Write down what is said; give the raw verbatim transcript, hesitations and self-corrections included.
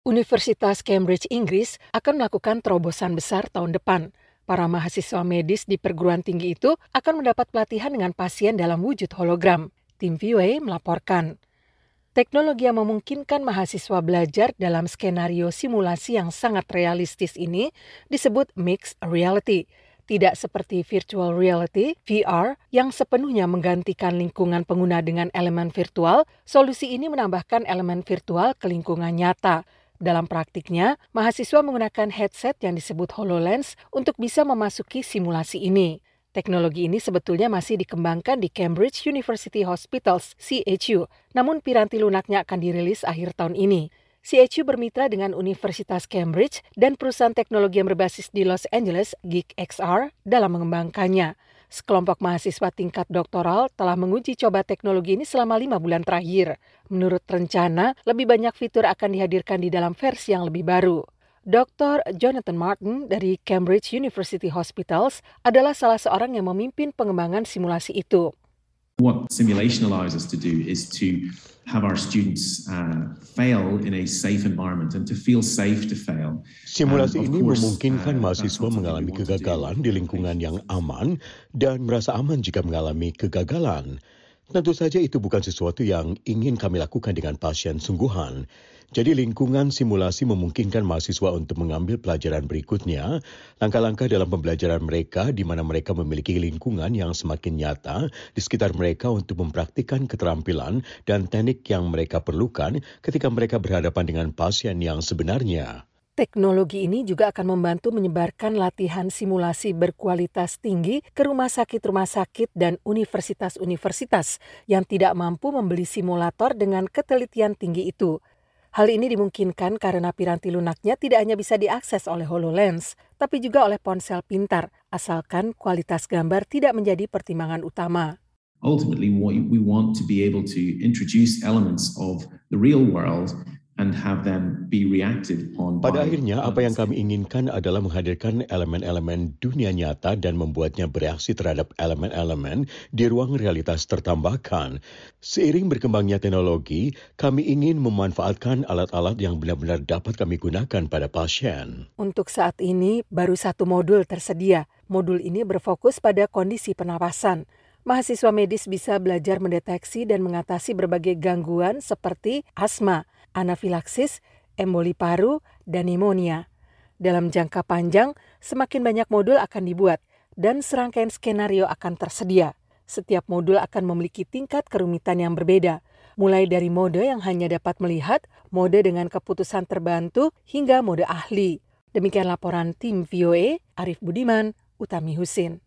Universitas Cambridge, Inggris akan melakukan terobosan besar tahun depan. Para mahasiswa medis di perguruan tinggi itu akan mendapat pelatihan dengan pasien dalam wujud hologram. Tim V O A melaporkan. Teknologi yang memungkinkan mahasiswa belajar dalam skenario simulasi yang sangat realistis ini disebut mixed reality. Tidak seperti virtual reality, V R, yang sepenuhnya menggantikan lingkungan pengguna dengan elemen virtual, solusi ini menambahkan elemen virtual ke lingkungan nyata. Dalam praktiknya, mahasiswa menggunakan headset yang disebut HoloLens untuk bisa memasuki simulasi ini. Teknologi ini sebetulnya masih dikembangkan di Cambridge University Hospitals, C H U, namun piranti lunaknya akan dirilis akhir tahun ini. C H U bermitra dengan Universitas Cambridge dan perusahaan teknologi yang berbasis di Los Angeles, Geek X R, dalam mengembangkannya. Sekelompok mahasiswa tingkat doktoral telah menguji coba teknologi ini selama lima bulan terakhir. Menurut rencana, lebih banyak fitur akan dihadirkan di dalam versi yang lebih baru. doktor Jonathan Martin dari Cambridge University Hospitals adalah salah seorang yang memimpin pengembangan simulasi itu. What simulation allows us to do is to have our students uh, fail in a safe environment and to feel safe to fail. Simulasi um, ini course, memungkinkan uh, mahasiswa mengalami kegagalan di lingkungan yang aman dan merasa aman jika mengalami kegagalan. Tentu saja itu bukan sesuatu yang ingin kami lakukan dengan pasien sungguhan. Jadi lingkungan simulasi memungkinkan mahasiswa untuk mengambil pelajaran berikutnya, langkah-langkah dalam pembelajaran mereka di mana mereka memiliki lingkungan yang semakin nyata di sekitar mereka untuk mempraktikkan keterampilan dan teknik yang mereka perlukan ketika mereka berhadapan dengan pasien yang sebenarnya. Teknologi ini juga akan membantu menyebarkan latihan simulasi berkualitas tinggi ke rumah sakit-rumah sakit dan universitas-universitas yang tidak mampu membeli simulator dengan ketelitian tinggi itu. Hal ini dimungkinkan karena piranti lunaknya tidak hanya bisa diakses oleh HoloLens, tapi juga oleh ponsel pintar, asalkan kualitas gambar tidak menjadi pertimbangan utama. Ultimately, we want to be able to introduce elements of the real world and have them be reacted upon. Pada akhirnya, apa yang kami inginkan adalah menghadirkan elemen-elemen dunia nyata dan membuatnya bereaksi terhadap elemen-elemen di ruang realitas tertambahkan. Seiring berkembangnya teknologi, kami ingin memanfaatkan alat-alat yang benar-benar dapat kami gunakan pada pasien. Untuk saat ini, baru satu modul tersedia. Modul ini berfokus pada kondisi pernapasan. Mahasiswa medis bisa belajar mendeteksi dan mengatasi berbagai gangguan seperti asma, anafilaksis, emboli paru, dan pneumonia. Dalam jangka panjang, semakin banyak modul akan dibuat dan serangkaian skenario akan tersedia. Setiap modul akan memiliki tingkat kerumitan yang berbeda, mulai dari mode yang hanya dapat melihat, mode dengan keputusan terbantu, hingga mode ahli. Demikian laporan tim V O A, Arif Budiman, Utami Husin.